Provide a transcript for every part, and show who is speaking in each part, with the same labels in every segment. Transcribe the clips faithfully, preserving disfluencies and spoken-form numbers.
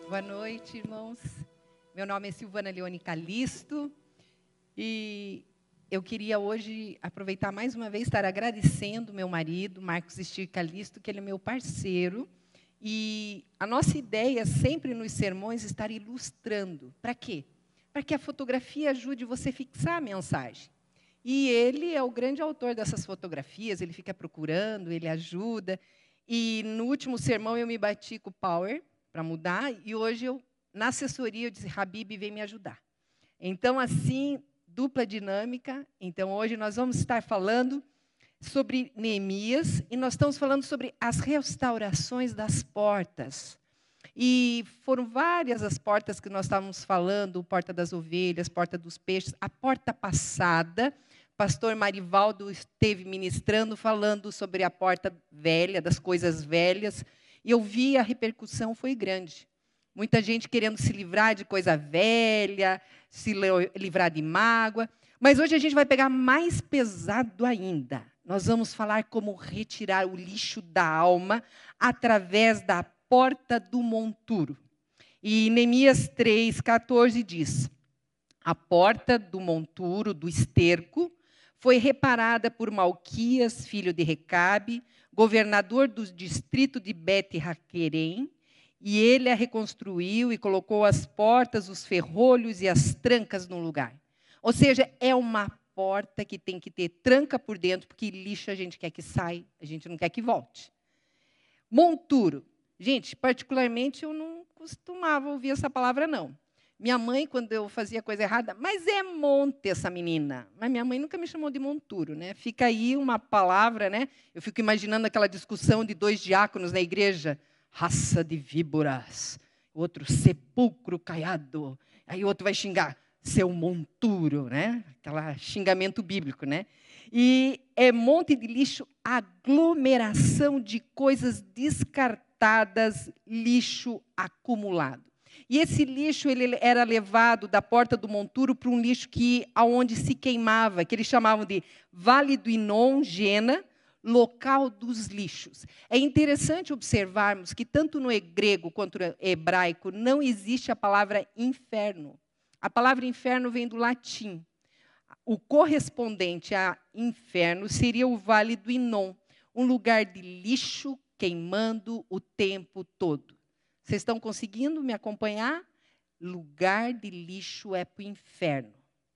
Speaker 1: Boa noite, irmãos. Meu nome é Silvana Leone Calisto e eu queria hoje aproveitar mais uma vez estar agradecendo meu marido, Marcos Estir Calisto, que ele é meu parceiro. E a nossa ideia sempre nos sermões é estar ilustrando. Para quê? Para que a fotografia ajude você a fixar a mensagem. E ele é o grande autor dessas fotografias, ele fica procurando, ele ajuda. E no último sermão eu me bati com o Power para mudar, e hoje eu, na assessoria, eu disse, Habib, vem me ajudar. Então, assim, dupla dinâmica. Então, hoje nós vamos estar falando sobre Neemias, e nós estamos falando sobre as restaurações das portas. E foram várias as portas que nós estávamos falando, porta das ovelhas, porta dos peixes, a porta passada. Pastor Marivaldo esteve ministrando, falando sobre a porta velha, das coisas velhas, e eu vi a repercussão foi grande. Muita gente querendo se livrar de coisa velha, se livrar de mágoa. Mas hoje a gente vai pegar mais pesado ainda. Nós vamos falar como retirar o lixo da alma através da porta do monturo. E Neemias três, quatorze diz, a porta do monturo, do esterco, foi reparada por Malquias, filho de Recabe, governador do distrito de Bet-Raquerem, e ele a reconstruiu e colocou as portas, os ferrolhos e as trancas no lugar. Ou seja, é uma porta que tem que ter tranca por dentro, porque lixo a gente quer que saia, a gente não quer que volte. Monturo. Gente, particularmente, eu não costumava ouvir essa palavra, não. Minha mãe, quando eu fazia coisa errada, mas é monte essa menina. Mas minha mãe nunca me chamou de monturo, né? Fica aí uma palavra, né? Eu fico imaginando aquela discussão de dois diáconos na igreja. Raça de víboras. O outro, sepulcro caiado. Aí o outro vai xingar, seu monturo, né? Aquele xingamento bíblico, né? E é monte de lixo, aglomeração de coisas descartadas, lixo acumulado. E esse lixo ele era levado da porta do monturo para um lixo que aonde se queimava, que eles chamavam de Vale do Inon, Gena, local dos lixos. É interessante observarmos que tanto no grego quanto no hebraico não existe a palavra inferno. A palavra inferno vem do latim. O correspondente a inferno seria o Vale do Inon, um lugar de lixo queimando o tempo todo. Vocês estão conseguindo me acompanhar? Lugar de lixo é para o inferno.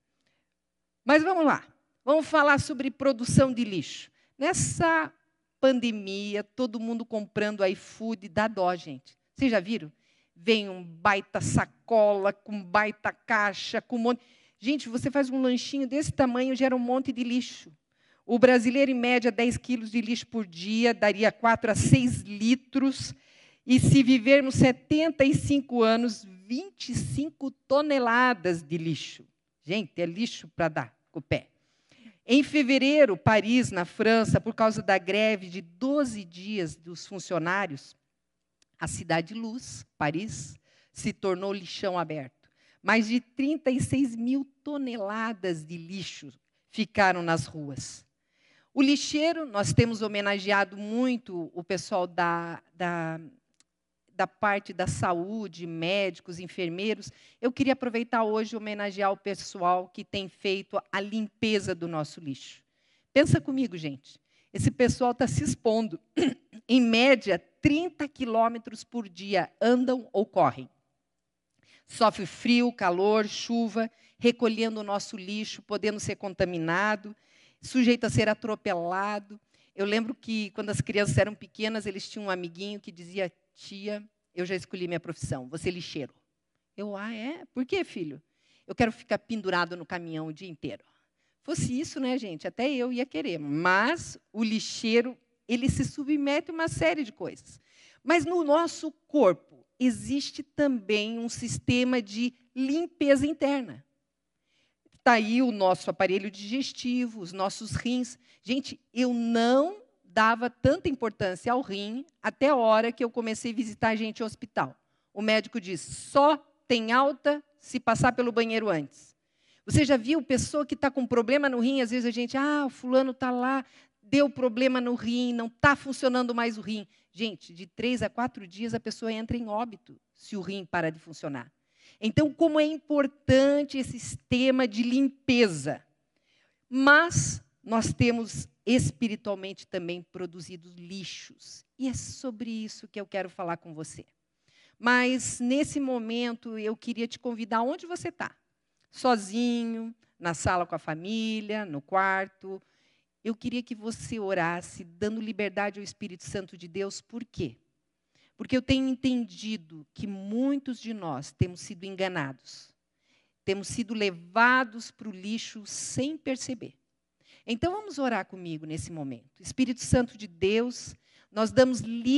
Speaker 1: Mas vamos lá. Vamos falar sobre produção de lixo. Nessa pandemia, todo mundo comprando iFood, dá dó, gente. Vocês já viram? Vem um baita sacola, com baita caixa, com um monte... Gente, você faz um lanchinho desse tamanho, gera um monte de lixo. O brasileiro, em média, dez quilos de lixo por dia, daria quatro a seis litros. E se vivermos setenta e cinco anos, vinte e cinco toneladas de lixo. Gente, é lixo para dar com o pé. Em fevereiro, Paris, na França, por causa da greve de doze dias dos funcionários, a cidade luz, Paris, se tornou lixão aberto. Mais de trinta e seis mil toneladas de lixo ficaram nas ruas. O lixeiro, nós temos homenageado muito o pessoal da... da da parte da saúde, médicos, enfermeiros. Eu queria aproveitar hoje e homenagear o pessoal que tem feito a limpeza do nosso lixo. Pensa comigo, gente. Esse pessoal está se expondo. Em média, trinta quilômetros por dia andam ou correm. Sofre frio, calor, chuva, recolhendo o nosso lixo, podendo ser contaminado, sujeito a ser atropelado. Eu lembro que, quando as crianças eram pequenas, eles tinham um amiguinho que dizia, tia, eu já escolhi minha profissão, você é lixeiro. Eu, ah, é? Por quê, filho? Eu quero ficar pendurado no caminhão o dia inteiro. Fosse isso, né, gente? Até eu ia querer. Mas o lixeiro, ele se submete a uma série de coisas. Mas no nosso corpo existe também um sistema de limpeza interna. Está aí o nosso aparelho digestivo, os nossos rins. Gente, eu não dava tanta importância ao rim até a hora que eu comecei a visitar gente em hospital. O médico disse, só tem alta se passar pelo banheiro antes. Você já viu pessoa que está com problema no rim? Às vezes a gente, ah, o fulano está lá, deu problema no rim, não está funcionando mais o rim. Gente, de três a quatro dias a pessoa entra em óbito se o rim para de funcionar. Então, como é importante esse sistema de limpeza. Mas nós temos espiritualmente também produzido lixos. E é sobre isso que eu quero falar com você. Mas, nesse momento, eu queria te convidar onde você está. Sozinho, na sala com a família, no quarto. Eu queria que você orasse, dando liberdade ao Espírito Santo de Deus. Por quê? Porque eu tenho entendido que muitos de nós temos sido enganados. Temos sido levados para o lixo sem perceber. Então, vamos orar comigo nesse momento. Espírito Santo de Deus, nós damos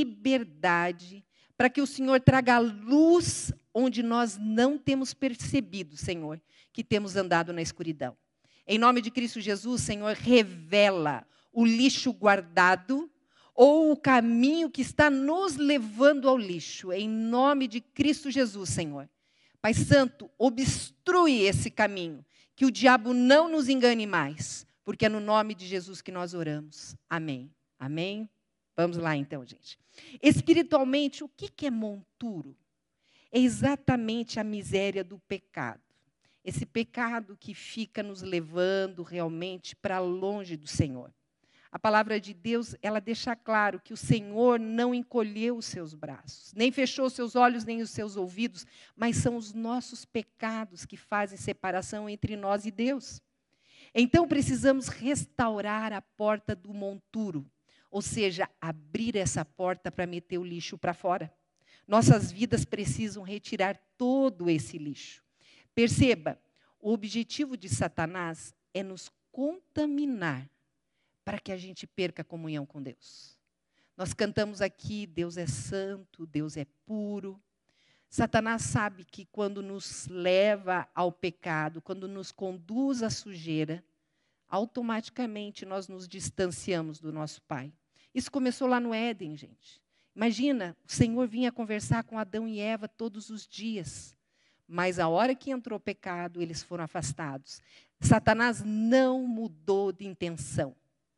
Speaker 1: liberdade para que o Senhor traga luz onde nós não temos percebido, Senhor, que temos andado na escuridão. Em nome de Cristo Jesus, Senhor, revela o lixo guardado ou o caminho que está nos levando ao lixo. Em nome de Cristo Jesus, Senhor. Pai Santo, obstrui esse caminho, que o diabo não nos engane mais, porque é no nome de Jesus que nós oramos. Amém. Amém? Vamos lá então, gente. Espiritualmente, o que é monturo? É exatamente a miséria do pecado. Esse pecado que fica nos levando realmente para longe do Senhor. A palavra de Deus, ela deixa claro que o Senhor não encolheu os seus braços, nem fechou os seus olhos, nem os seus ouvidos, mas são os nossos pecados que fazem separação entre nós e Deus. Então, precisamos restaurar a porta do monturo, ou seja, abrir essa porta para meter o lixo para fora. Nossas vidas precisam retirar todo esse lixo. Perceba, o objetivo de Satanás é nos contaminar para que a gente perca a comunhão com Deus. Nós cantamos aqui, Deus é santo, Deus é puro. Satanás sabe que quando nos leva ao pecado, quando nos conduz à sujeira, automaticamente nós nos distanciamos do nosso Pai. Isso começou lá no Éden, gente. Imagina, o Senhor vinha conversar com Adão e Eva todos os dias. Mas a hora que entrou o pecado, eles foram afastados. Satanás não mudou de intenção.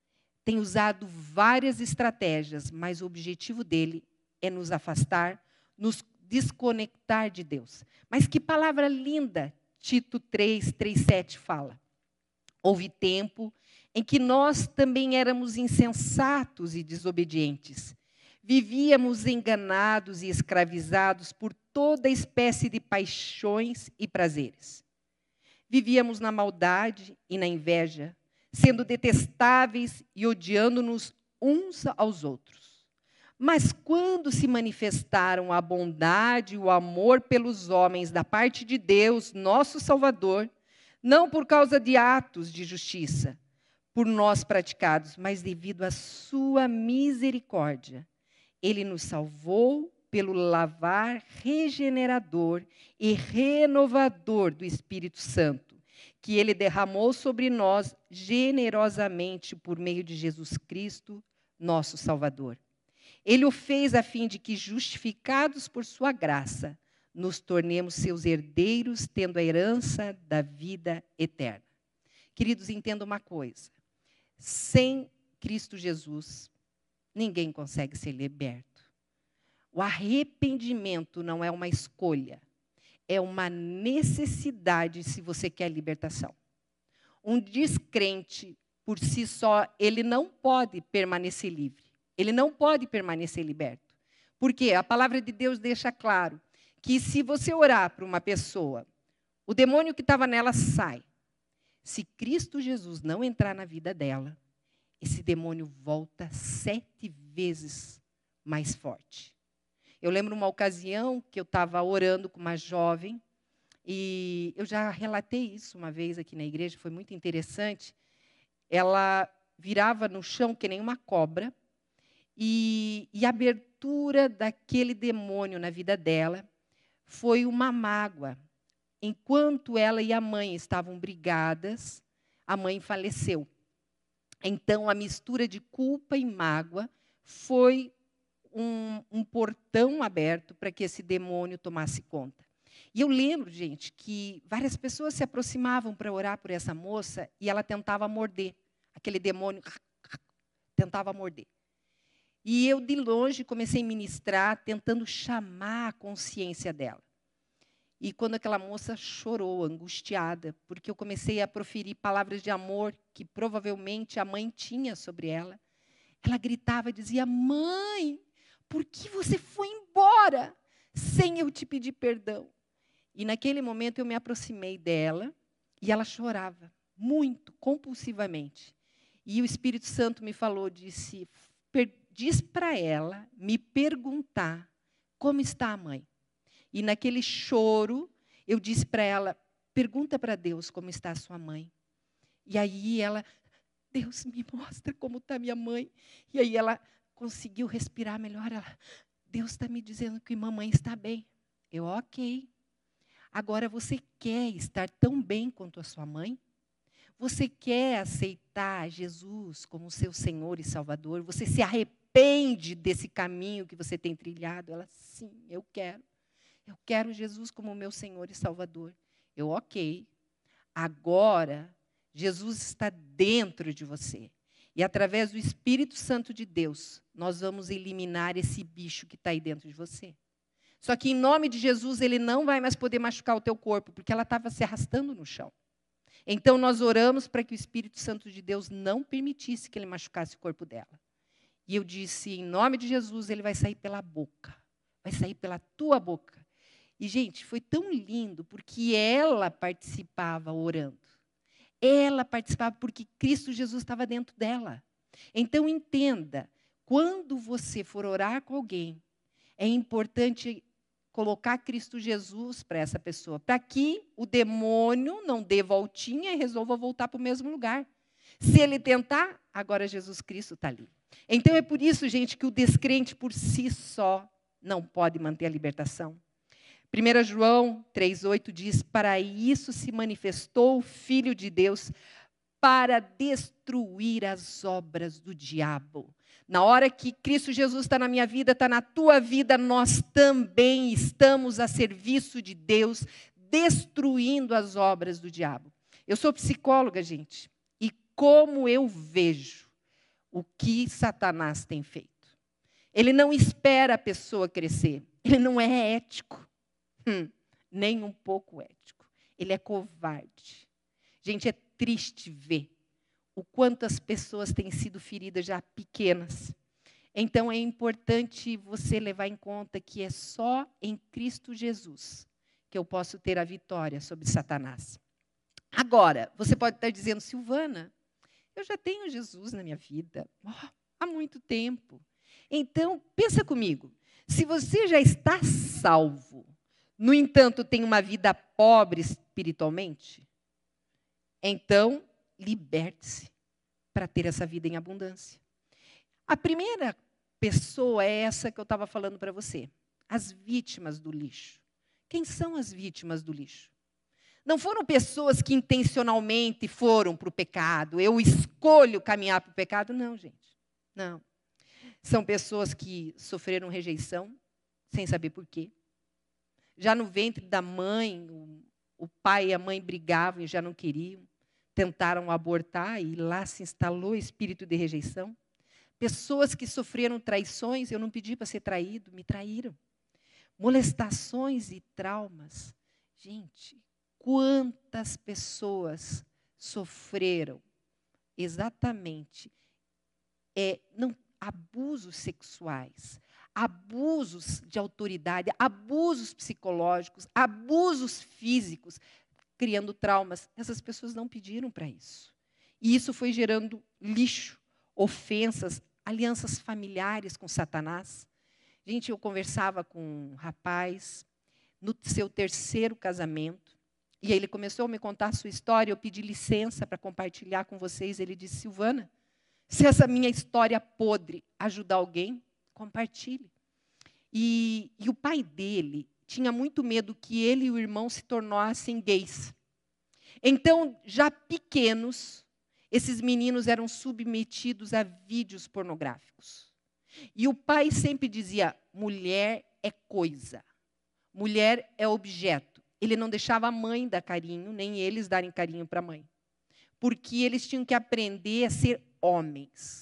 Speaker 1: Tem usado várias estratégias, mas o objetivo dele é nos afastar, nos desconectar de Deus. Mas que palavra linda, Tito três, três, sete fala. Houve tempo em que nós também éramos insensatos e desobedientes. Vivíamos enganados e escravizados por toda espécie de paixões e prazeres. Vivíamos na maldade e na inveja, sendo detestáveis e odiando-nos uns aos outros. Mas quando se manifestaram a bondade e o amor pelos homens da parte de Deus, nosso Salvador, não por causa de atos de justiça, por nós praticados, mas devido à sua misericórdia, Ele nos salvou pelo lavar regenerador e renovador do Espírito Santo, que Ele derramou sobre nós generosamente por meio de Jesus Cristo, nosso Salvador. Ele o fez a fim de que, justificados por sua graça, nos tornemos seus herdeiros, tendo a herança da vida eterna. Queridos, entenda uma coisa. Sem Cristo Jesus, ninguém consegue ser liberto. O arrependimento não é uma escolha. É uma necessidade se você quer libertação. Um descrente, por si só, ele não pode permanecer livre. Ele não pode permanecer liberto. Por quê? A palavra de Deus deixa claro que se você orar para uma pessoa, o demônio que estava nela sai. Se Cristo Jesus não entrar na vida dela, esse demônio volta sete vezes mais forte. Eu lembro uma ocasião que eu estava orando com uma jovem, e eu já relatei isso uma vez aqui na igreja, foi muito interessante. Ela virava no chão que nem uma cobra, e, e a abertura daquele demônio na vida dela foi uma mágoa. Enquanto ela e a mãe estavam brigadas, a mãe faleceu. Então, a mistura de culpa e mágoa foi um, um portão aberto para que esse demônio tomasse conta. E eu lembro, gente, que várias pessoas se aproximavam para orar por essa moça e ela tentava morder aquele demônio. tentava morder. E eu, de longe, comecei a ministrar, tentando chamar a consciência dela. E quando aquela moça chorou, angustiada, porque eu comecei a proferir palavras de amor que provavelmente a mãe tinha sobre ela, ela gritava e dizia: mãe, por que você foi embora sem eu te pedir perdão? E naquele momento eu me aproximei dela e ela chorava muito, compulsivamente. E o Espírito Santo me falou, disse, diz para ela me perguntar como está a mãe. E naquele choro, eu disse para ela, pergunta para Deus como está a sua mãe. E aí ela, Deus me mostra como está minha mãe. E aí ela conseguiu respirar melhor. Ela, Deus está me dizendo que mamãe está bem. Eu, ok. Agora você quer estar tão bem quanto a sua mãe? Você quer aceitar Jesus como seu Senhor e Salvador? Você se arrepende desse caminho que você tem trilhado? Ela, sim, eu quero. Eu quero Jesus como meu Senhor e Salvador. Eu, ok. Agora, Jesus está dentro de você. E através do Espírito Santo de Deus, nós vamos eliminar esse bicho que está aí dentro de você. Só que em nome de Jesus, ele não vai mais poder machucar o teu corpo, porque ela estava se arrastando no chão. Então, nós oramos para que o Espírito Santo de Deus não permitisse que ele machucasse o corpo dela. E eu disse, em nome de Jesus, ele vai sair pela boca. Vai sair pela tua boca. E, gente, foi tão lindo, porque ela participava orando. Ela participava porque Cristo Jesus estava dentro dela. Então, entenda, quando você for orar com alguém, é importante colocar Cristo Jesus para essa pessoa, para que o demônio não dê voltinha e resolva voltar para o mesmo lugar. Se ele tentar, agora Jesus Cristo está ali. Então, é por isso, gente, que o descrente por si só não pode manter a libertação. primeiro João três, oito diz, para isso se manifestou o Filho de Deus, para destruir as obras do diabo. Na hora que Cristo Jesus está na minha vida, está na tua vida, nós também estamos a serviço de Deus, destruindo as obras do diabo. Eu sou psicóloga, gente, e como eu vejo o que Satanás tem feito. Ele não espera a pessoa crescer, ele não é ético. Hum, nem um pouco ético. Ele é covarde. Gente, é triste ver o quanto as pessoas têm sido feridas já pequenas. Então, é importante você levar em conta que é só em Cristo Jesus que eu posso ter a vitória sobre Satanás. Agora, você pode estar dizendo, Silvana, eu já tenho Jesus na minha vida oh, há muito tempo. Então, pensa comigo, se você já está salvo, no entanto, tem uma vida pobre espiritualmente, então, liberte-se para ter essa vida em abundância. A primeira pessoa é essa que eu estava falando para você, as vítimas do lixo. Quem são as vítimas do lixo? Não foram pessoas que intencionalmente foram para o pecado, eu escolho caminhar para o pecado, não, gente. Não. São pessoas que sofreram rejeição, sem saber por quê. Já no ventre da mãe, o, o pai e a mãe brigavam e já não queriam. Tentaram abortar e lá se instalou o espírito de rejeição. Pessoas que sofreram traições, eu não pedi para ser traído, me traíram. Molestações e traumas. Gente, quantas pessoas sofreram exatamente é, não, abusos sexuais, abusos de autoridade, abusos psicológicos, abusos físicos, criando traumas. Essas pessoas não pediram para isso. E isso foi gerando lixo, ofensas, alianças familiares com Satanás. Gente, eu conversava com um rapaz no seu terceiro casamento, e aí ele começou a me contar a sua história, eu pedi licença para compartilhar com vocês. Ele disse, Silvana, se essa minha história podre ajudar alguém, compartilhe. E, e o pai dele tinha muito medo que ele e o irmão se tornassem gays. Então, já pequenos, esses meninos eram submetidos a vídeos pornográficos. E o pai sempre dizia, mulher é coisa, mulher é objeto. Ele não deixava a mãe dar carinho, nem eles darem carinho para a mãe. Porque eles tinham que aprender a ser homens.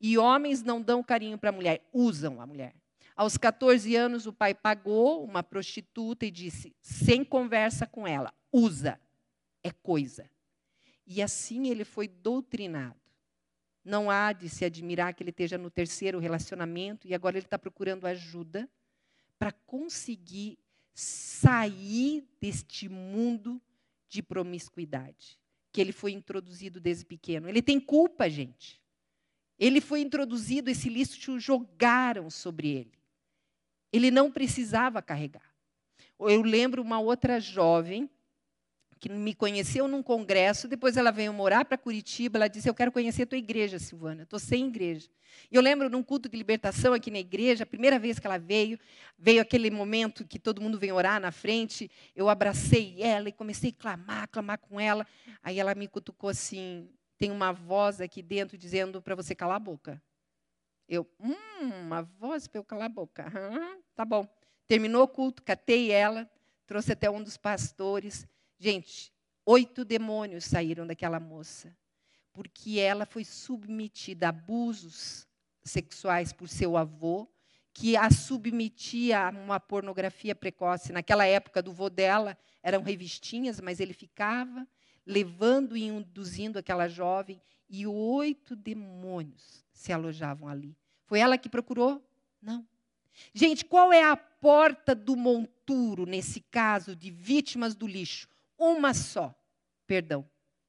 Speaker 1: E homens não dão carinho para a mulher, usam a mulher. Aos quatorze anos, o pai pagou uma prostituta e disse, sem conversa com ela, usa, é coisa. E assim ele foi doutrinado. Não há de se admirar que ele esteja no terceiro relacionamento e agora ele está procurando ajuda para conseguir sair deste mundo de promiscuidade, que ele foi introduzido desde pequeno. Ele tem culpa, gente. Ele foi introduzido, esse lixo jogaram sobre ele. Ele não precisava carregar. Eu lembro uma outra jovem que me conheceu num congresso, depois ela veio morar para Curitiba, ela disse, eu quero conhecer a tua igreja, Silvana, estou sem igreja. E eu lembro num culto de libertação aqui na igreja, a primeira vez que ela veio, veio aquele momento que todo mundo vem orar na frente, eu abracei ela e comecei a clamar, clamar com ela, aí ela me cutucou assim, tem uma voz aqui dentro dizendo para você calar a boca. Eu, hum, uma voz para eu calar a boca, uhum, tá bom. Terminou o culto, catei ela, trouxe até um dos pastores. Gente, oito demônios saíram daquela moça, porque ela foi submetida a abusos sexuais por seu avô, que a submetia a uma pornografia precoce. Naquela época do vô dela, eram revistinhas, mas ele ficava levando e induzindo aquela jovem, e oito demônios se alojavam ali. Foi ela que procurou? Não. Gente, qual é a porta do monturo, nesse caso, de vítimas do lixo? Uma só, perdão.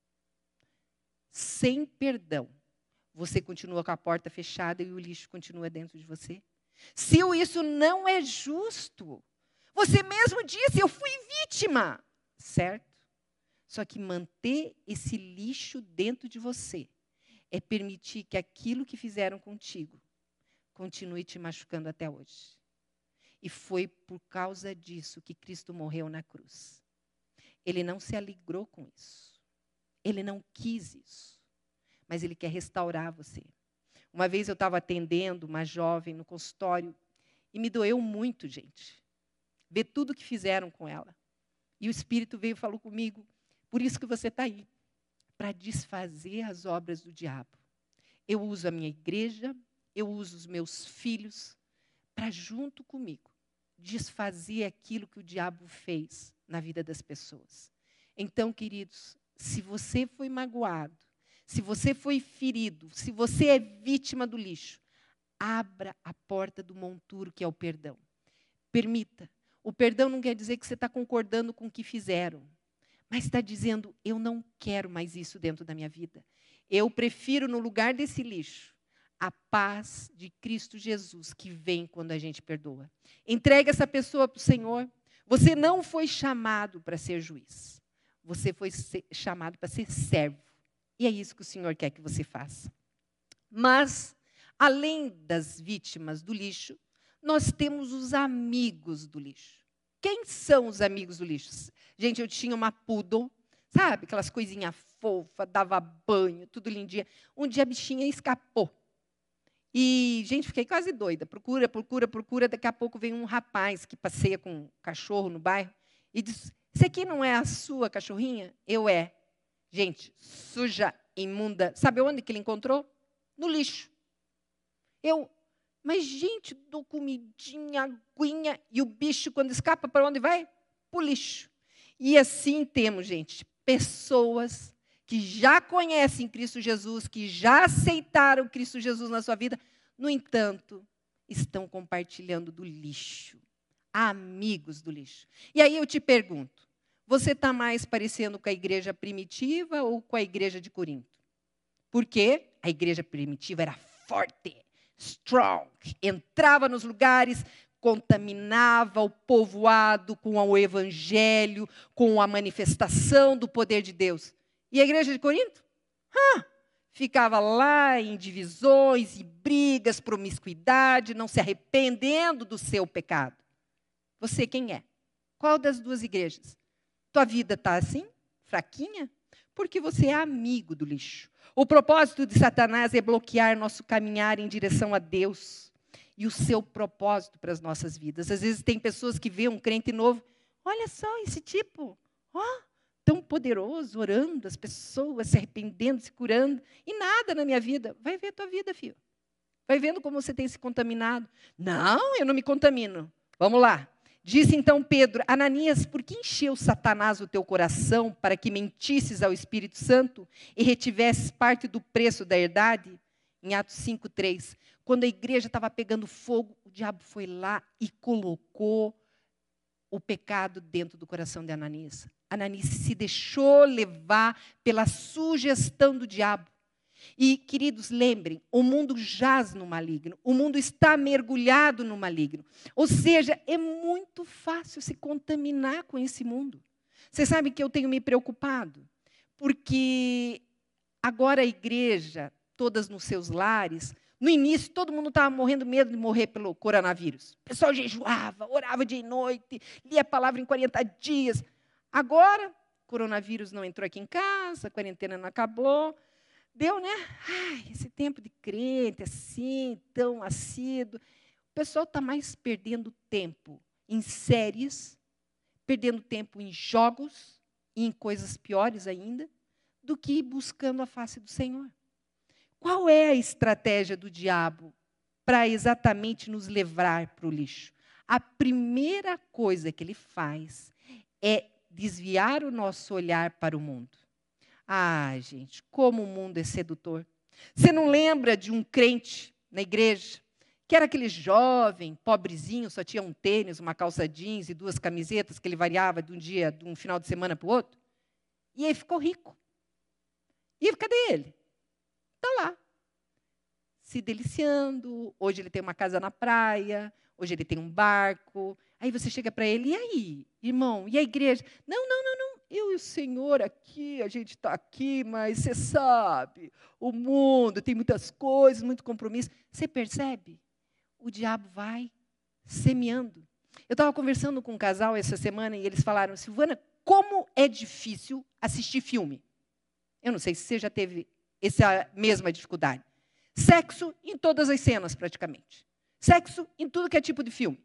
Speaker 1: Sem perdão, você continua com a porta fechada e o lixo continua dentro de você? Se isso não é justo, você mesmo disse, eu fui vítima, certo? Só que manter esse lixo dentro de você é permitir que aquilo que fizeram contigo continue te machucando até hoje. E foi por causa disso que Cristo morreu na cruz. Ele não se alegrou com isso. Ele não quis isso. Mas ele quer restaurar você. Uma vez eu estava atendendo uma jovem no consultório e me doeu muito, gente, ver tudo que fizeram com ela. E o Espírito veio e falou comigo, por isso que você está aí, para desfazer as obras do diabo. Eu uso a minha igreja, eu uso os meus filhos para, junto comigo, desfazer aquilo que o diabo fez na vida das pessoas. Então, queridos, se você foi magoado, se você foi ferido, se você é vítima do lixo, abra a porta do monturo, que é o perdão. Permita. O perdão não quer dizer que você está concordando com o que fizeram, mas está dizendo, eu não quero mais isso dentro da minha vida. Eu prefiro, no lugar desse lixo, a paz de Cristo Jesus, que vem quando a gente perdoa. Entregue essa pessoa para o Senhor. Você não foi chamado para ser juiz. Você foi ser chamado para ser servo. E é isso que o Senhor quer que você faça. Mas, além das vítimas do lixo, nós temos os amigos do lixo. Quem são os amigos do lixo? Gente, eu tinha uma poodle, sabe? Aquelas coisinhas fofas, dava banho, tudo lindinha. Um dia a bichinha escapou. E, gente, fiquei quase doida. Procura, procura, procura. Daqui a pouco vem um rapaz que passeia com um cachorro no bairro e diz, isso aqui não é a sua cachorrinha? Eu é. Gente, suja, imunda. Sabe onde que ele encontrou? No lixo. Eu, mas, gente, dou comidinha, aguinha. E o bicho, quando escapa, para onde vai? Para o lixo. E assim temos, gente, pessoas que já conhecem Cristo Jesus, que já aceitaram Cristo Jesus na sua vida, no entanto, estão compartilhando do lixo. Amigos do lixo. E aí eu te pergunto, você está mais parecendo com a igreja primitiva ou com a igreja de Corinto? Porque a igreja primitiva era forte, strong, entrava nos lugares, contaminava o povoado com o evangelho, com a manifestação do poder de Deus. E a igreja de Corinto? Ah, ficava lá em divisões e brigas, promiscuidade, não se arrependendo do seu pecado. Você quem é? Qual das duas igrejas? Tua vida está assim, fraquinha? Porque você é amigo do lixo. O propósito de Satanás é bloquear nosso caminhar em direção a Deus e o seu propósito para as nossas vidas. Às vezes tem pessoas que veem um crente novo, olha só esse tipo, ó. Oh, tão poderoso, orando, as pessoas se arrependendo, se curando, e nada na minha vida. Vai ver a tua vida, filho. Vai vendo como você tem se contaminado. Não, eu não me contamino. Vamos lá. Disse então Pedro: Ananias, por que encheu Satanás o teu coração para que mentisses ao Espírito Santo e retivesses parte do preço da herdade? Em Atos cinco, três. Quando a igreja estava pegando fogo, o diabo foi lá e colocou o pecado dentro do coração de Ananias. Ananias se deixou levar pela sugestão do diabo. E, queridos, lembrem, o mundo jaz no maligno, o mundo está mergulhado no maligno. Ou seja, é muito fácil se contaminar com esse mundo. Vocês sabem que eu tenho me preocupado, porque agora a igreja, todas nos seus lares, no início todo mundo estava morrendo medo de morrer pelo coronavírus. O pessoal jejuava, orava dia e noite, lia a palavra em quarenta dias. Agora, o coronavírus não entrou aqui em casa, a quarentena não acabou. Deu, né? Ai, esse tempo de crente, assim, tão assíduo. O pessoal está mais perdendo tempo em séries, perdendo tempo em jogos, e em coisas piores ainda, do que buscando a face do Senhor. Qual é a estratégia do diabo para exatamente nos levar para o lixo? A primeira coisa que ele faz é desviar o nosso olhar para o mundo. Ah, gente, como o mundo é sedutor. Você não lembra de um crente na igreja, que era aquele jovem, pobrezinho, só tinha um tênis, uma calça jeans e duas camisetas, que ele variava de um dia, de um final de semana para o outro? E aí ficou rico. E cadê ele? Está lá, se deliciando. Hoje ele tem uma casa na praia, hoje ele tem um barco. Aí você chega para ele, e aí, irmão, e a igreja? Não, não, não, não. Eu e o Senhor aqui, a gente está aqui, mas você sabe, o mundo tem muitas coisas, muito compromisso. Você percebe? O diabo vai semeando. Eu estava conversando com um casal essa semana e eles falaram: Silvana, como é difícil assistir filme. Eu não sei se você já teve essa mesma dificuldade. Sexo em todas as cenas, praticamente. Sexo em tudo que é tipo de filme.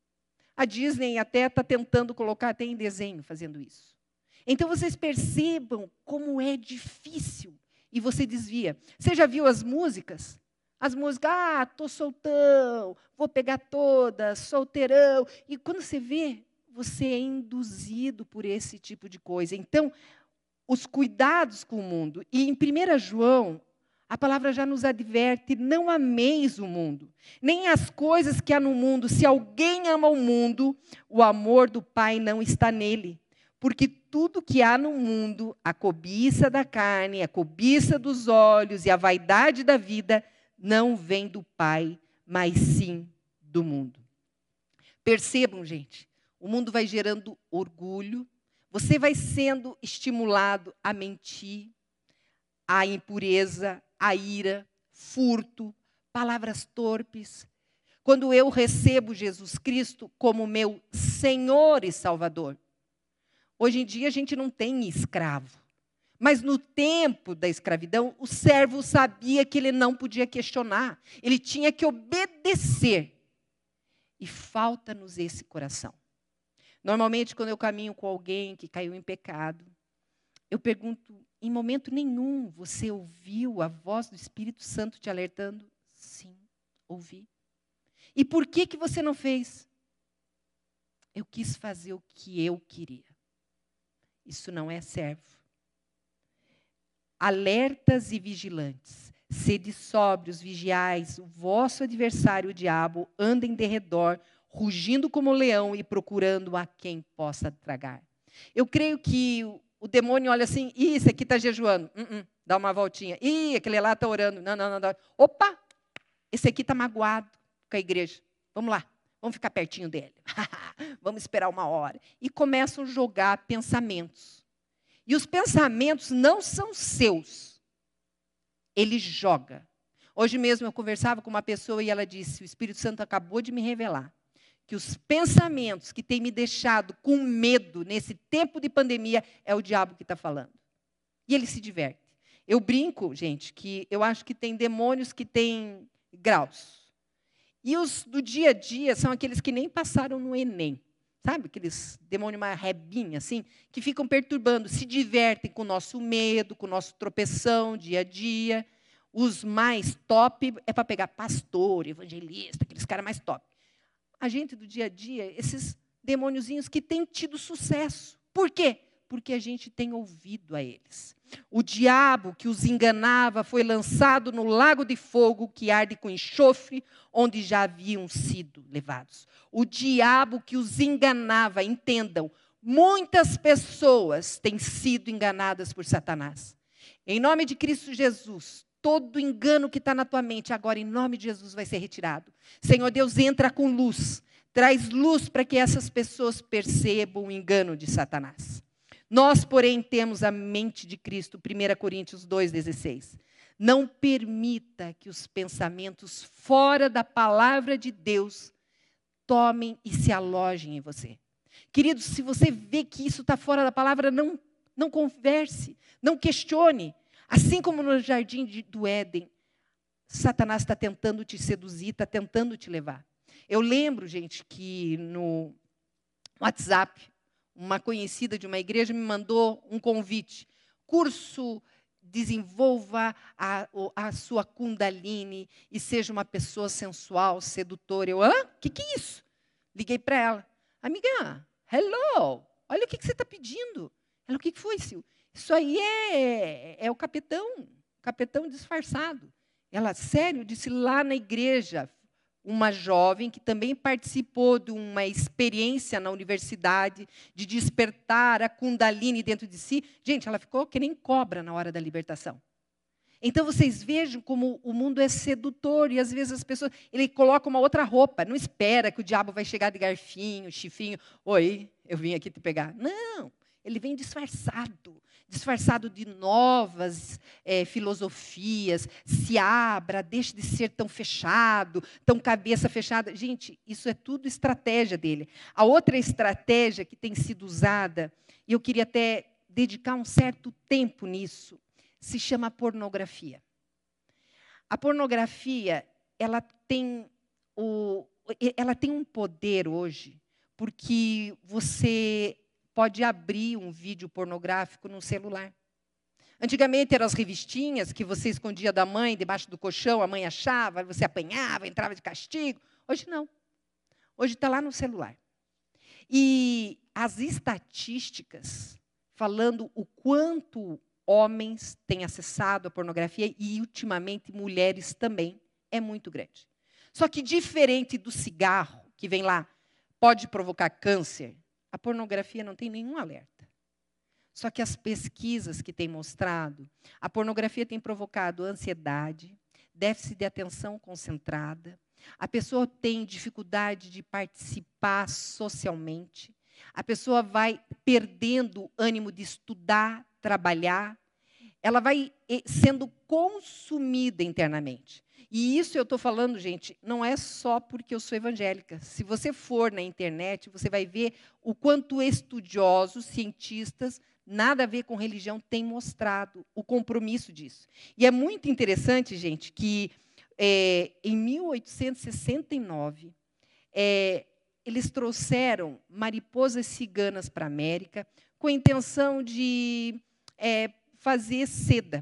Speaker 1: A Disney até está tentando colocar até em desenho, fazendo isso. Então, vocês percebam como é difícil e você desvia. Você já viu as músicas? As músicas, ah, tô soltão, vou pegar todas, solteirão. E quando você vê, você é induzido por esse tipo de coisa. Então, os cuidados com o mundo. E em primeira João, a palavra já nos adverte: não ameis o mundo, nem as coisas que há no mundo. Se alguém ama o mundo, o amor do Pai não está nele. Porque tudo que há no mundo, a cobiça da carne, a cobiça dos olhos e a vaidade da vida, não vem do Pai, mas sim do mundo. Percebam, gente, o mundo vai gerando orgulho, você vai sendo estimulado a mentir, a impureza, a ira, furto, palavras torpes. Quando eu recebo Jesus Cristo como meu Senhor e Salvador, hoje em dia a gente não tem escravo. Mas no tempo da escravidão, o servo sabia que ele não podia questionar. Ele tinha que obedecer. E falta-nos esse coração. Normalmente, quando eu caminho com alguém que caiu em pecado, eu pergunto: em momento nenhum você ouviu a voz do Espírito Santo te alertando? Sim, ouvi. E por que que você não fez? Eu quis fazer o que eu queria. Isso não é servo. Alertas e vigilantes, sede sóbrios, vigiais, o vosso adversário, o diabo, anda em derredor, rugindo como leão e procurando a quem possa tragar. Eu creio que o, o demônio olha assim: ih, esse aqui está jejuando, uh -uh, dá uma voltinha. Ih, aquele lá está orando, não, não, não, não. Opa, esse aqui está magoado com a igreja. Vamos lá, vamos ficar pertinho dele. Vamos esperar uma hora. E começam a jogar pensamentos. E os pensamentos não são seus. Ele joga. Hoje mesmo eu conversava com uma pessoa e ela disse: o Espírito Santo acabou de me revelar que os pensamentos que têm me deixado com medo nesse tempo de pandemia é o diabo que está falando. E ele se diverte. Eu brinco, gente, que eu acho que tem demônios que têm graus. E os do dia a dia são aqueles que nem passaram no Enem. Sabe, aqueles demônios mais rebinha, assim, que ficam perturbando, se divertem com o nosso medo, com o nosso tropeção dia a dia. os mais top é para pegar pastor, evangelista, aqueles caras mais top. A gente do dia a dia, esses demôniozinhos que têm tido sucesso. Por quê? Porque a gente tem ouvido a eles. O diabo que os enganava foi lançado no lago de fogo que arde com enxofre, onde já haviam sido levados. O diabo que os enganava, entendam, muitas pessoas têm sido enganadas por Satanás. Em nome de Cristo Jesus, todo engano que está na tua mente, agora em nome de Jesus vai ser retirado. Senhor Deus, entra com luz, traz luz para que essas pessoas percebam o engano de Satanás. Nós, porém, temos a mente de Cristo, primeira Coríntios dois, dezesseis. Não permita que os pensamentos fora da palavra de Deus tomem e se alojem em você. Queridos, se você vê que isso está fora da palavra, não, não converse, não questione. Assim como no jardim de, do Éden, Satanás está tentando te seduzir, está tentando te levar. Eu lembro, gente, que no WhatsApp, uma conhecida de uma igreja me mandou um convite. Curso, desenvolva a, a sua Kundalini e seja uma pessoa sensual, sedutora. Eu, hã? O que, que é isso? Liguei para ela. Amiga, hello, olha o que, que você está pedindo. Ela, o que, que foi, Sil? Isso aí é, é o capetão, capetão disfarçado. Ela, sério, disse lá na igreja, uma jovem que também participou de uma experiência na universidade de despertar a Kundalini dentro de si. Gente, ela ficou que nem cobra na hora da libertação. Então, vocês vejam como o mundo é sedutor e, às vezes, as pessoas... Ele coloca uma outra roupa, não espera que o diabo vai chegar de garfinho, chifrinho. Oi, eu vim aqui te pegar. Não, ele vem disfarçado. Disfarçado de novas é, filosofias. Se abra, deixe de ser tão fechado, tão cabeça fechada. Gente, isso é tudo estratégia dele. A outra estratégia que tem sido usada, e eu queria até dedicar um certo tempo nisso, se chama pornografia. A pornografia, ela tem, o, ela tem um poder hoje, porque você pode abrir um vídeo pornográfico no celular. Antigamente eram as revistinhas que você escondia da mãe, debaixo do colchão, a mãe achava, você apanhava, entrava de castigo. Hoje não. Hoje está lá no celular. E as estatísticas, falando o quanto homens têm acessado a pornografia e, ultimamente, mulheres também, é muito grande. Só que, diferente do cigarro, que vem lá, pode provocar câncer, a pornografia não tem nenhum alerta. Só que as pesquisas que têm mostrado, a pornografia tem provocado ansiedade, déficit de atenção concentrada, a pessoa tem dificuldade de participar socialmente, a pessoa vai perdendo ânimo de estudar, trabalhar, ela vai sendo consumida internamente. E isso eu estou falando, gente, não é só porque eu sou evangélica. Se você for na internet, você vai ver o quanto estudiosos, cientistas, nada a ver com religião, têm mostrado o compromisso disso. E é muito interessante, gente, que é, em mil oitocentos e sessenta e nove, é, eles trouxeram mariposas ciganas para a América com a intenção de é, fazer seda.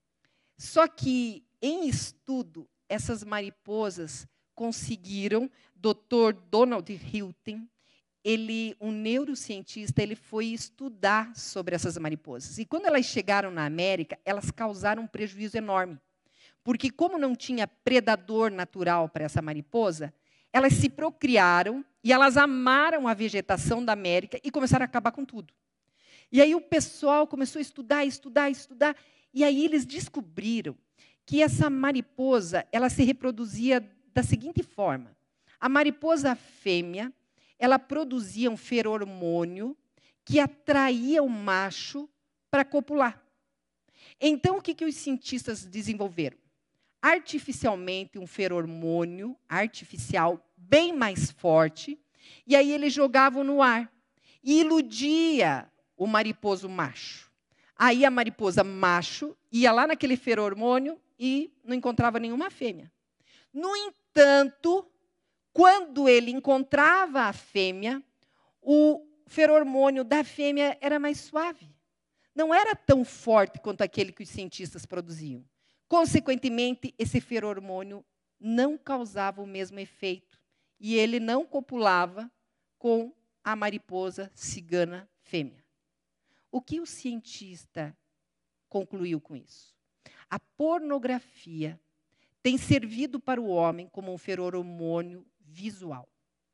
Speaker 1: Só que, em estudo, essas mariposas conseguiram, doutor Donald Hilton, ele, um neurocientista, ele foi estudar sobre essas mariposas. E quando elas chegaram na América, elas causaram um prejuízo enorme. Porque, como não tinha predador natural para essa mariposa, elas se procriaram e elas amaram a vegetação da América e começaram a acabar com tudo. E aí o pessoal começou a estudar, estudar, estudar, e aí eles descobriram que essa mariposa, ela se reproduzia da seguinte forma. A mariposa fêmea, ela produzia um feromônio que atraía o macho para copular. Então, o que, que os cientistas desenvolveram? Artificialmente, um feromônio artificial bem mais forte, e aí eles jogavam no ar e iludia o mariposo macho. Aí a mariposa macho ia lá naquele feromônio e não encontrava nenhuma fêmea. No entanto, quando ele encontrava a fêmea, o feromônio da fêmea era mais suave. Não era tão forte quanto aquele que os cientistas produziam. Consequentemente, esse feromônio não causava o mesmo efeito e ele não copulava com a mariposa cigana fêmea. O que o cientista concluiu com isso? A pornografia tem servido para o homem como um feromônio visual.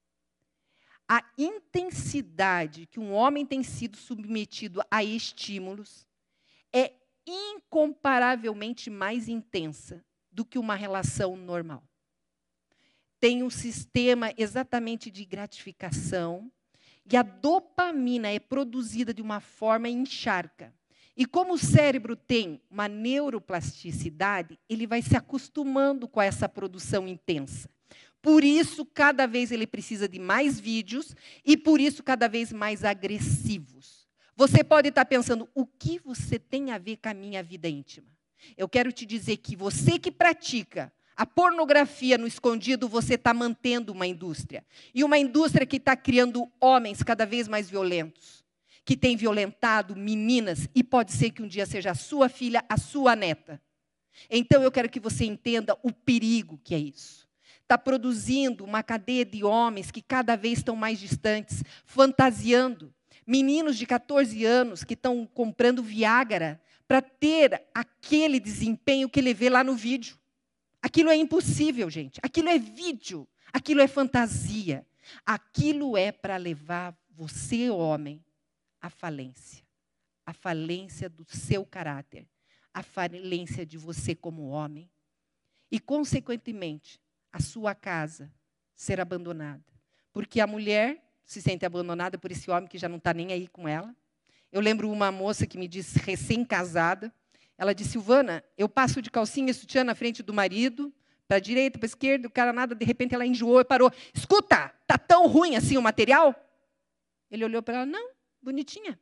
Speaker 1: A intensidade que um homem tem sido submetido a estímulos é incomparavelmente mais intensa do que uma relação normal. Tem um sistema exatamente de gratificação e a dopamina é produzida de uma forma encharca. E como o cérebro tem uma neuroplasticidade, ele vai se acostumando com essa produção intensa. Por isso, cada vez ele precisa de mais vídeos e, por isso, cada vez mais agressivos. Você pode estar pensando, o que você tem a ver com a minha vida íntima? Eu quero te dizer que você que pratica a pornografia no escondido, você está mantendo uma indústria. E uma indústria que está criando homens cada vez mais violentos, que tem violentado meninas, e pode ser que um dia seja a sua filha, a sua neta. Então, eu quero que você entenda o perigo que é isso. Está produzindo uma cadeia de homens que cada vez estão mais distantes, fantasiando. Meninos de catorze anos que estão comprando Viagra para ter aquele desempenho que ele vê lá no vídeo. Aquilo é impossível, gente. Aquilo é vídeo. Aquilo é fantasia. Aquilo é para levar você, homem, à falência. A falência do seu caráter. A falência de você como homem. E, consequentemente, a sua casa ser abandonada. Porque a mulher se sente abandonada por esse homem que já não está nem aí com ela. Eu lembro uma moça que me disse, recém-casada, ela disse, Silvana, eu passo de calcinha e sutiã na frente do marido, para a direita, para a esquerda, o cara nada, de repente ela enjoou e parou. Escuta, está tão ruim assim o material? Ele olhou para ela, não, bonitinha.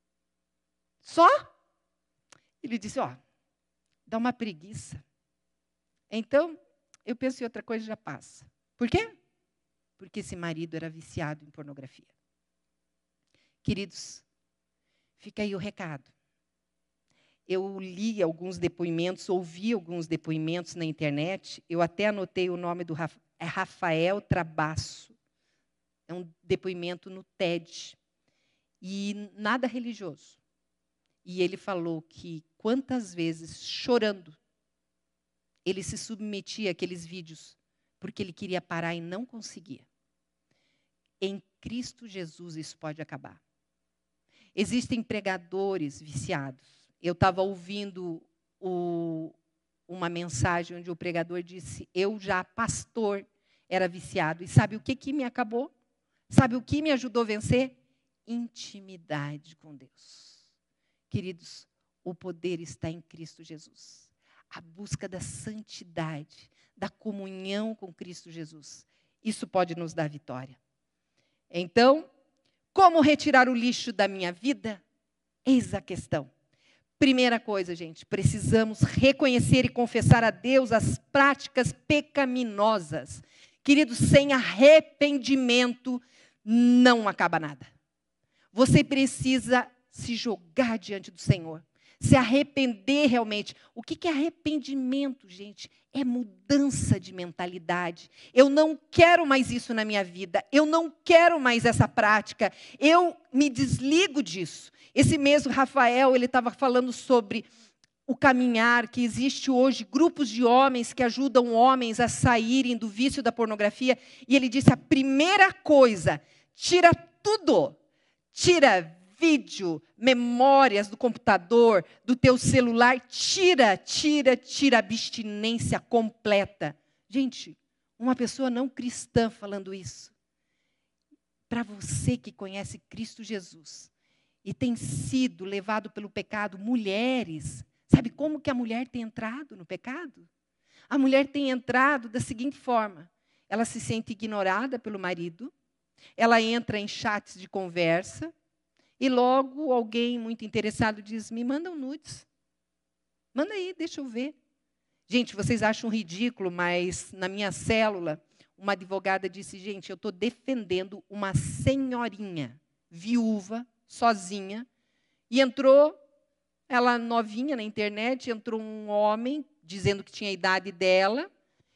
Speaker 1: Só? Ele disse, ó, dá uma preguiça. Então, eu penso em outra coisa e já passa. Por quê? Porque esse marido era viciado em pornografia. Queridos, fica aí o recado. Eu li alguns depoimentos, ouvi alguns depoimentos na internet. Eu até anotei o nome do Rafa, é Rafael Trabasso. É um depoimento no TED. E nada religioso. E ele falou que quantas vezes, chorando, ele se submetia àqueles vídeos, porque ele queria parar e não conseguia. Em Cristo Jesus isso pode acabar. Existem pregadores viciados. Eu estava ouvindo o, uma mensagem onde o pregador disse, eu já, pastor, era viciado. E sabe o que, que me acabou? Sabe o que me ajudou a vencer? Intimidade com Deus. Queridos, o poder está em Cristo Jesus. A busca da santidade, da comunhão com Cristo Jesus. Isso pode nos dar vitória. Então, como retirar o lixo da minha vida? Eis a questão. Primeira coisa, gente, precisamos reconhecer e confessar a Deus as práticas pecaminosas. Queridos, sem arrependimento, não acaba nada. Você precisa se jogar diante do Senhor. Se arrepender realmente. O que é arrependimento, gente? É mudança de mentalidade. Eu não quero mais isso na minha vida. Eu não quero mais essa prática. Eu me desligo disso. Esse mesmo Rafael, ele estava falando sobre o caminhar, que existe hoje grupos de homens que ajudam homens a saírem do vício da pornografia. E ele disse, a primeira coisa, tira tudo. Tira vídeo, memórias do computador, do teu celular, tira, tira, tira a abstinência completa. Gente, uma pessoa não cristã falando isso. Para você que conhece Cristo Jesus e tem sido levado pelo pecado, mulheres, sabe como que a mulher tem entrado no pecado? A mulher tem entrado da seguinte forma, ela se sente ignorada pelo marido, ela entra em chats de conversa, e logo alguém muito interessado diz, me mandam nudes. Manda aí, deixa eu ver. Gente, vocês acham ridículo, mas na minha célula, uma advogada disse, gente, eu estou defendendo uma senhorinha, viúva, sozinha, e entrou, ela novinha na internet, entrou um homem dizendo que tinha a idade dela.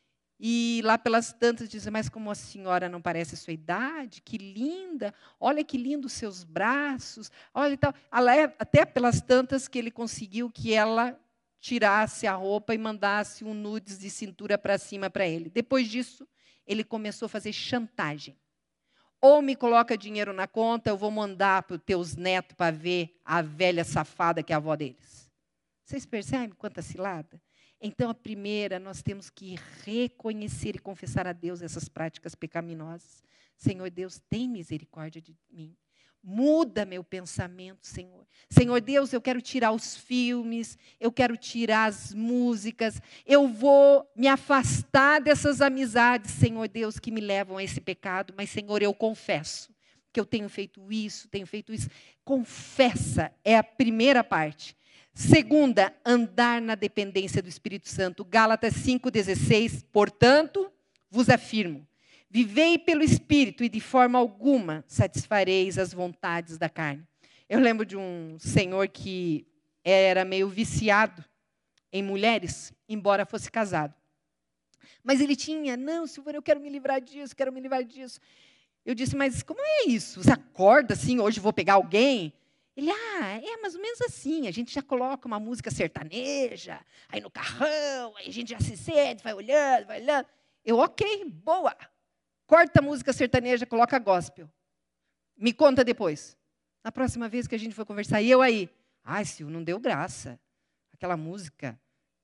Speaker 1: E lá pelas tantas dizem, mas como a senhora não parece a sua idade, que linda, olha que lindo os seus braços, olha e tal. Até pelas tantas que ele conseguiu que ela tirasse a roupa e mandasse um nudes de cintura para cima para ele. Depois disso, ele começou a fazer chantagem. Ou me coloca dinheiro na conta, eu vou mandar para os teus netos para ver a velha safada que é a avó deles. Vocês percebem quanta cilada? Então, a primeira, nós temos que reconhecer e confessar a Deus essas práticas pecaminosas. Senhor Deus, tem misericórdia de mim. Muda meu pensamento, Senhor. Senhor Deus, eu quero tirar os filmes, eu quero tirar as músicas, eu vou me afastar dessas amizades, Senhor Deus, que me levam a esse pecado. Mas, Senhor, eu confesso que eu tenho feito isso, tenho feito isso. Confessa, é a primeira parte. Segunda, andar na dependência do Espírito Santo. Gálatas cinco, dezesseis. Portanto, vos afirmo, vivei pelo Espírito e de forma alguma satisfareis as vontades da carne. Eu lembro de um senhor que era meio viciado em mulheres, embora fosse casado. Mas ele tinha, não, Silvana, eu quero me livrar disso, quero me livrar disso. Eu disse, mas como é isso? Você acorda assim, hoje vou pegar alguém? Ele, ah, é mais ou menos assim, a gente já coloca uma música sertaneja, aí no carrão, aí a gente já se sente, vai olhando, vai olhando. Eu, ok, boa. Corta a música sertaneja, coloca gospel. Me conta depois. Na próxima vez que a gente for conversar, e eu aí, ai, Silvio, não deu graça. Aquela música,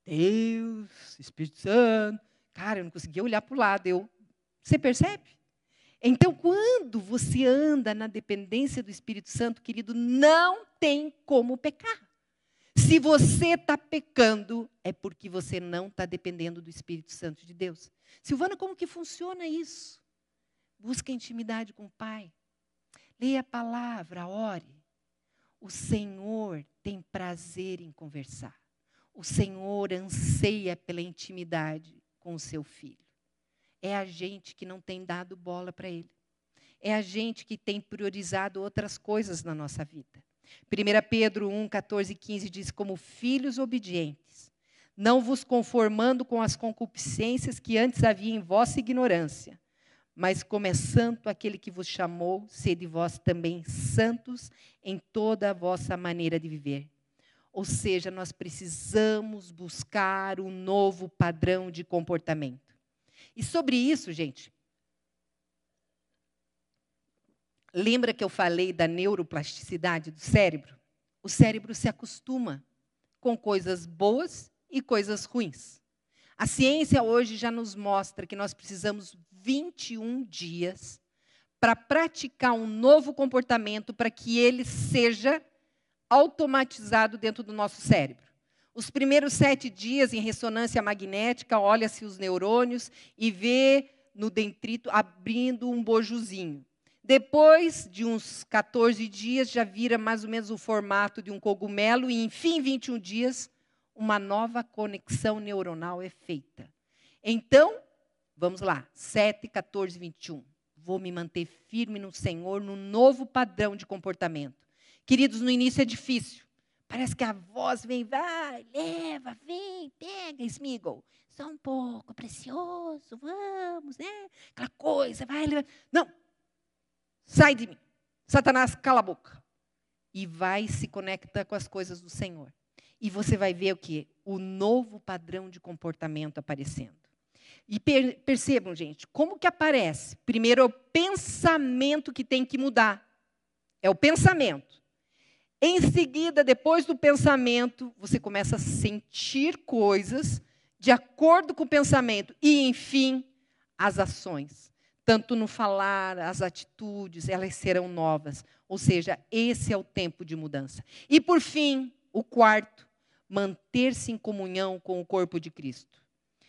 Speaker 1: Deus, Espírito Santo. Cara, eu não conseguia olhar para o lado. Eu, você percebe? Então, quando você anda na dependência do Espírito Santo, querido, não tem como pecar. Se você está pecando, é porque você não está dependendo do Espírito Santo de Deus. Silvana, como que funciona isso? Busca intimidade com o Pai. Leia a palavra, ore. O Senhor tem prazer em conversar. O Senhor anseia pela intimidade com o seu filho. É a gente que não tem dado bola para ele. É a gente que tem priorizado outras coisas na nossa vida. primeira Pedro um, catorze e quinze diz, como filhos obedientes, não vos conformando com as concupiscências que antes havia em vossa ignorância, mas como é santo aquele que vos chamou, sede vós também santos em toda a vossa maneira de viver. Ou seja, nós precisamos buscar um novo padrão de comportamento. E sobre isso, gente, lembra que eu falei da neuroplasticidade do cérebro? O cérebro se acostuma com coisas boas e coisas ruins. A ciência hoje já nos mostra que nós precisamos vinte e um dias para praticar um novo comportamento para que ele seja automatizado dentro do nosso cérebro. Os primeiros sete dias em ressonância magnética, olha-se os neurônios e vê no dendrito abrindo um bojozinho. Depois de uns catorze dias, já vira mais ou menos o formato de um cogumelo e, enfim, vinte e um dias, uma nova conexão neuronal é feita. Então, vamos lá, sete, catorze, vinte e um. Vou me manter firme no Senhor, no novo padrão de comportamento. Queridos, no início é difícil. Parece que a voz vem, vai, leva, vem, pega, Smigol. Só um pouco, precioso, vamos, né? Aquela coisa, vai, leva. Não, sai de mim. Satanás, cala a boca. E vai se conecta com as coisas do Senhor. E você vai ver o quê? O novo padrão de comportamento aparecendo. E per percebam, gente, como que aparece? Primeiro é o pensamento que tem que mudar. É o pensamento. Em seguida, depois do pensamento, você começa a sentir coisas de acordo com o pensamento. E, enfim, as ações. Tanto no falar, as atitudes, elas serão novas. Ou seja, esse é o tempo de mudança. E, por fim, o quarto, manter-se em comunhão com o corpo de Cristo.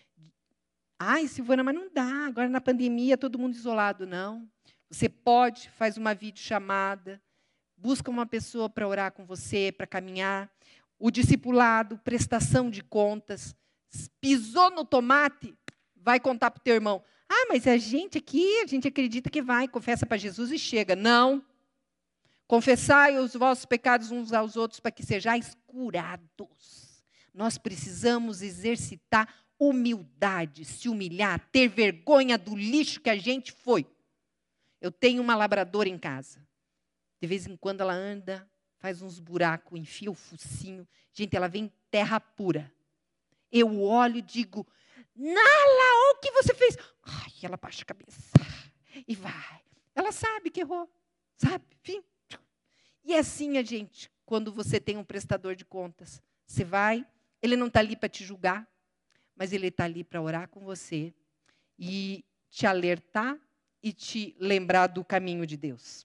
Speaker 1: Ai, Silvana, mas não dá. Agora, na pandemia, todo mundo isolado. Não. Você pode, faz uma videochamada. Busca uma pessoa para orar com você, para caminhar. O discipulado, prestação de contas. Pisou no tomate, vai contar para o teu irmão. Ah, mas a gente aqui, a gente acredita que vai, confessa para Jesus e chega. Não. Confessai os vossos pecados uns aos outros para que sejais curados. Nós precisamos exercitar humildade, se humilhar, ter vergonha do lixo que a gente foi. Eu tenho uma labradora em casa. De vez em quando ela anda, faz uns buracos, enfia o focinho. Gente, ela vem terra pura. Eu olho e digo, Nala, olha o que você fez. Ai, ela baixa a cabeça e vai. Ela sabe que errou, sabe? Enfim. E é assim, a gente, quando você tem um prestador de contas, você vai, ele não está ali para te julgar, mas ele está ali para orar com você e te alertar e te lembrar do caminho de Deus.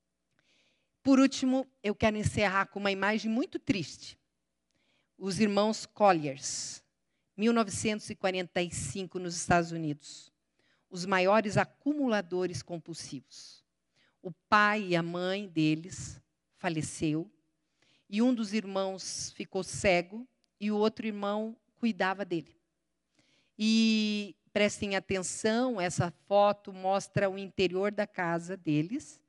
Speaker 1: Por último, eu quero encerrar com uma imagem muito triste. Os irmãos Colliers, mil novecentos e quarenta e cinco, nos Estados Unidos. Os maiores acumuladores compulsivos. O pai e a mãe deles faleceu, e um dos irmãos ficou cego, e o outro irmão cuidava dele. E prestem atenção, essa foto mostra o interior da casa deles,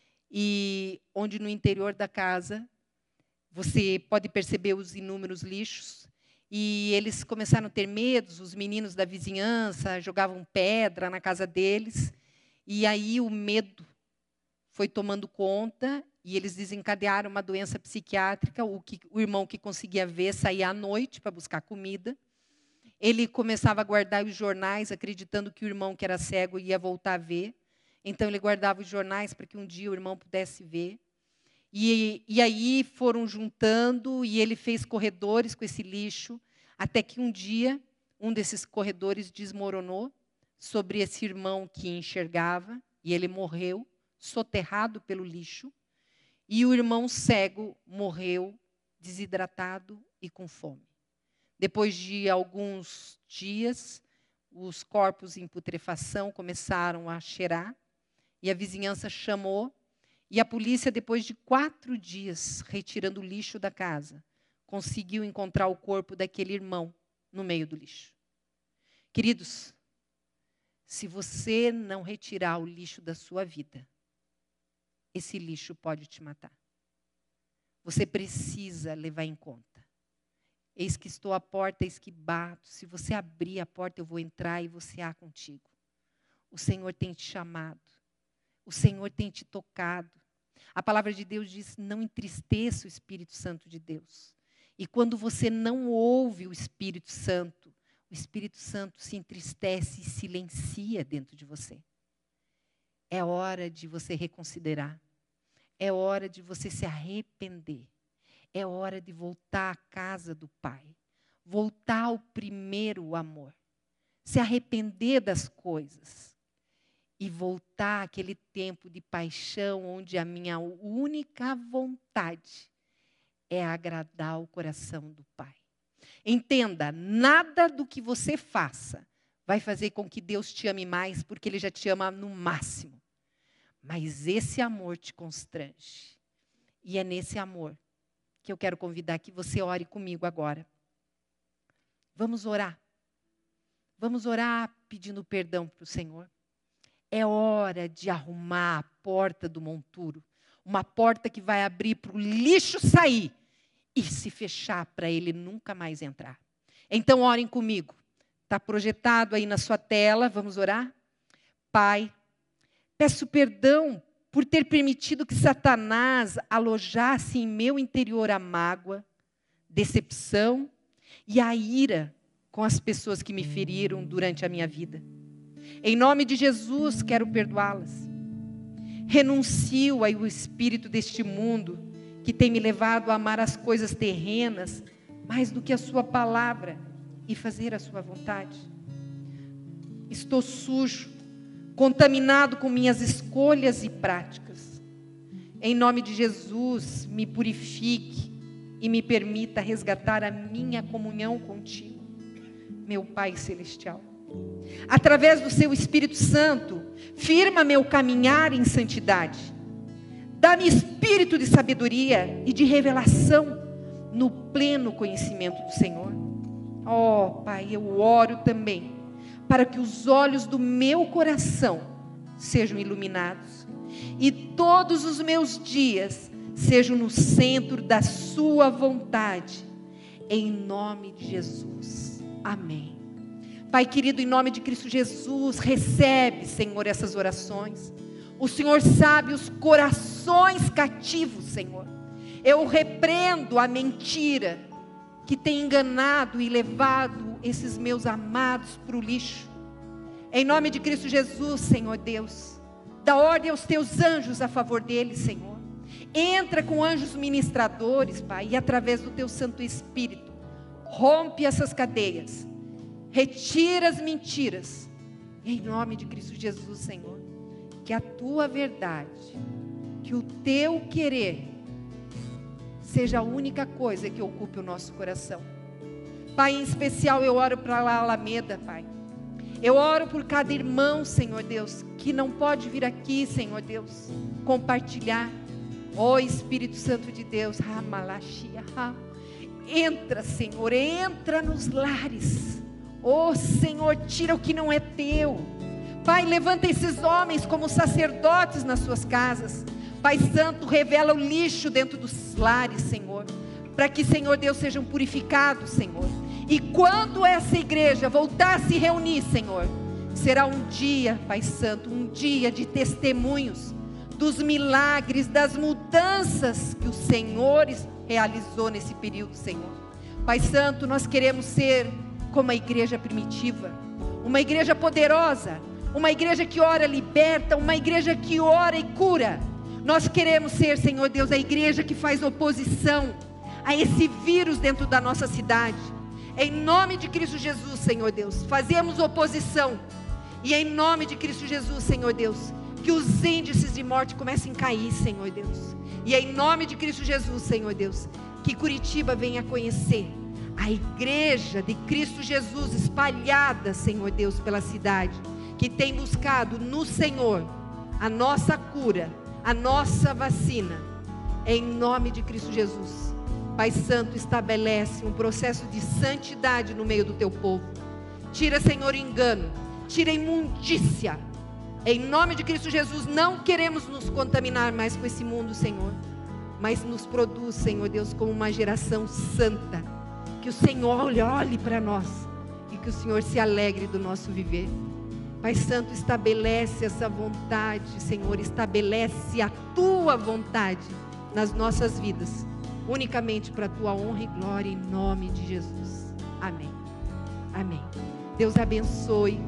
Speaker 1: e onde no interior da casa você pode perceber os inúmeros lixos, e eles começaram a ter medos, os meninos da vizinhança jogavam pedra na casa deles, e aí o medo foi tomando conta, e eles desencadearam uma doença psiquiátrica. O, que, o irmão que conseguia ver saía à noite para buscar comida. Ele começava a guardar os jornais, acreditando que o irmão que era cego ia voltar a ver. Então, ele guardava os jornais para que um dia o irmão pudesse ver. E, e aí foram juntando, e ele fez corredores com esse lixo, até que um dia, um desses corredores desmoronou sobre esse irmão que enxergava, e ele morreu, soterrado pelo lixo, e o irmão cego morreu desidratado e com fome. Depois de alguns dias, os corpos em putrefação começaram a cheirar, e a vizinhança chamou, e a polícia, depois de quatro dias retirando o lixo da casa, conseguiu encontrar o corpo daquele irmão no meio do lixo. Queridos, se você não retirar o lixo da sua vida, esse lixo pode te matar. Você precisa levar em conta. Eis que estou à porta, eis que bato. Se você abrir a porta, eu vou entrar e vou cear contigo. O Senhor tem te chamado. O Senhor tem te tocado. A palavra de Deus diz, não entristeça o Espírito Santo de Deus. E quando você não ouve o Espírito Santo, o Espírito Santo se entristece e silencia dentro de você. É hora de você reconsiderar. É hora de você se arrepender. É hora de voltar à casa do Pai. Voltar ao primeiro amor. Se arrepender das coisas. E voltar àquele tempo de paixão onde a minha única vontade é agradar o coração do Pai. Entenda, nada do que você faça vai fazer com que Deus te ame mais, porque Ele já te ama no máximo. Mas esse amor te constrange. E é nesse amor que eu quero convidar que você ore comigo agora. Vamos orar. Vamos orar pedindo perdão para o Senhor. É hora de arrumar a porta do monturo. Uma porta que vai abrir para o lixo sair e se fechar para ele nunca mais entrar. Então orem comigo. Está projetado aí na sua tela. Vamos orar? Pai, peço perdão por ter permitido que Satanás alojasse em meu interior a mágoa, decepção e a ira com as pessoas que me feriram durante a minha vida. Em nome de Jesus, quero perdoá-las. Renuncio ao espírito deste mundo que tem me levado a amar as coisas terrenas mais do que a sua palavra e fazer a sua vontade. Estou sujo, contaminado com minhas escolhas e práticas. Em nome de Jesus, me purifique e me permita resgatar a minha comunhão contigo, meu Pai Celestial. Através do seu Espírito Santo, firma meu caminhar em santidade. Dá-me espírito de sabedoria e de revelação no pleno conhecimento do Senhor. Oh, Pai, eu oro também para que os olhos do meu coração sejam iluminados e todos os meus dias sejam no centro da sua vontade. em nome de Jesus. Amém. Pai querido, em nome de Cristo Jesus, recebe, Senhor, essas orações. O Senhor sabe os corações cativos, Senhor. Eu repreendo a mentira que tem enganado e levado esses meus amados para o lixo. Em nome de Cristo Jesus, Senhor Deus, dá ordem aos teus anjos a favor deles, Senhor. Entra com anjos ministradores, Pai, e através do teu Santo Espírito, rompe essas cadeias, retira as mentiras, em nome de Cristo Jesus, Senhor. Que a tua verdade, que o teu querer, seja a única coisa que ocupe o nosso coração. Pai, em especial eu oro para a Alameda, Pai. Eu oro por cada irmão, Senhor Deus, que não pode vir aqui, Senhor Deus, compartilhar. Ó Espírito Santo de Deus, entra, Senhor, entra nos lares. Ó Senhor, tira o que não é teu. Pai, levanta esses homens como sacerdotes nas suas casas. Pai Santo, revela o lixo dentro dos lares, Senhor, para que, Senhor Deus, sejam purificados, Senhor. E quando essa igreja voltar a se reunir, Senhor, será um dia, Pai Santo, um dia de testemunhos dos milagres, das mudanças que o Senhor realizou nesse período, Senhor. Pai Santo, nós queremos ser como a igreja primitiva, uma igreja poderosa, uma igreja que ora liberta, uma igreja que ora e cura. Nós queremos ser, Senhor Deus, a igreja que faz oposição a esse vírus dentro da nossa cidade. Em nome de Cristo Jesus, Senhor Deus, fazemos oposição. E em nome de Cristo Jesus, Senhor Deus, que os índices de morte comecem a cair, Senhor Deus. E em nome de Cristo Jesus, Senhor Deus, que Curitiba venha conhecer a igreja de Cristo Jesus espalhada, Senhor Deus, pela cidade, que tem buscado no Senhor a nossa cura, a nossa vacina. Em nome de Cristo Jesus, Pai Santo, estabelece um processo de santidade no meio do teu povo. Tira, Senhor, engano, tira imundícia. Em nome de Cristo Jesus, não queremos nos contaminar mais com esse mundo, Senhor, mas nos produz, Senhor Deus, como uma geração santa. Que o Senhor olhe, olhe para nós e que o Senhor se alegre do nosso viver. Pai Santo, estabelece essa vontade, Senhor, estabelece a tua vontade nas nossas vidas, unicamente para a tua honra e glória, em nome de Jesus. Amém. Amém. Deus abençoe.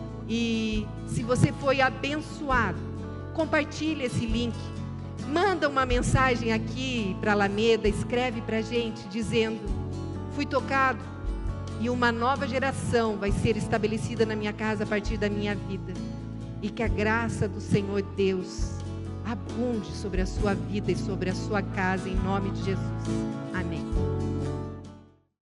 Speaker 1: E se você foi abençoado, compartilhe esse link. Manda uma mensagem aqui para a Alameda, escreve para a gente dizendo: fui tocado e uma nova geração vai ser estabelecida na minha casa a partir da minha vida. E que a graça do Senhor Deus abunde sobre a sua vida e sobre a sua casa, em nome de Jesus.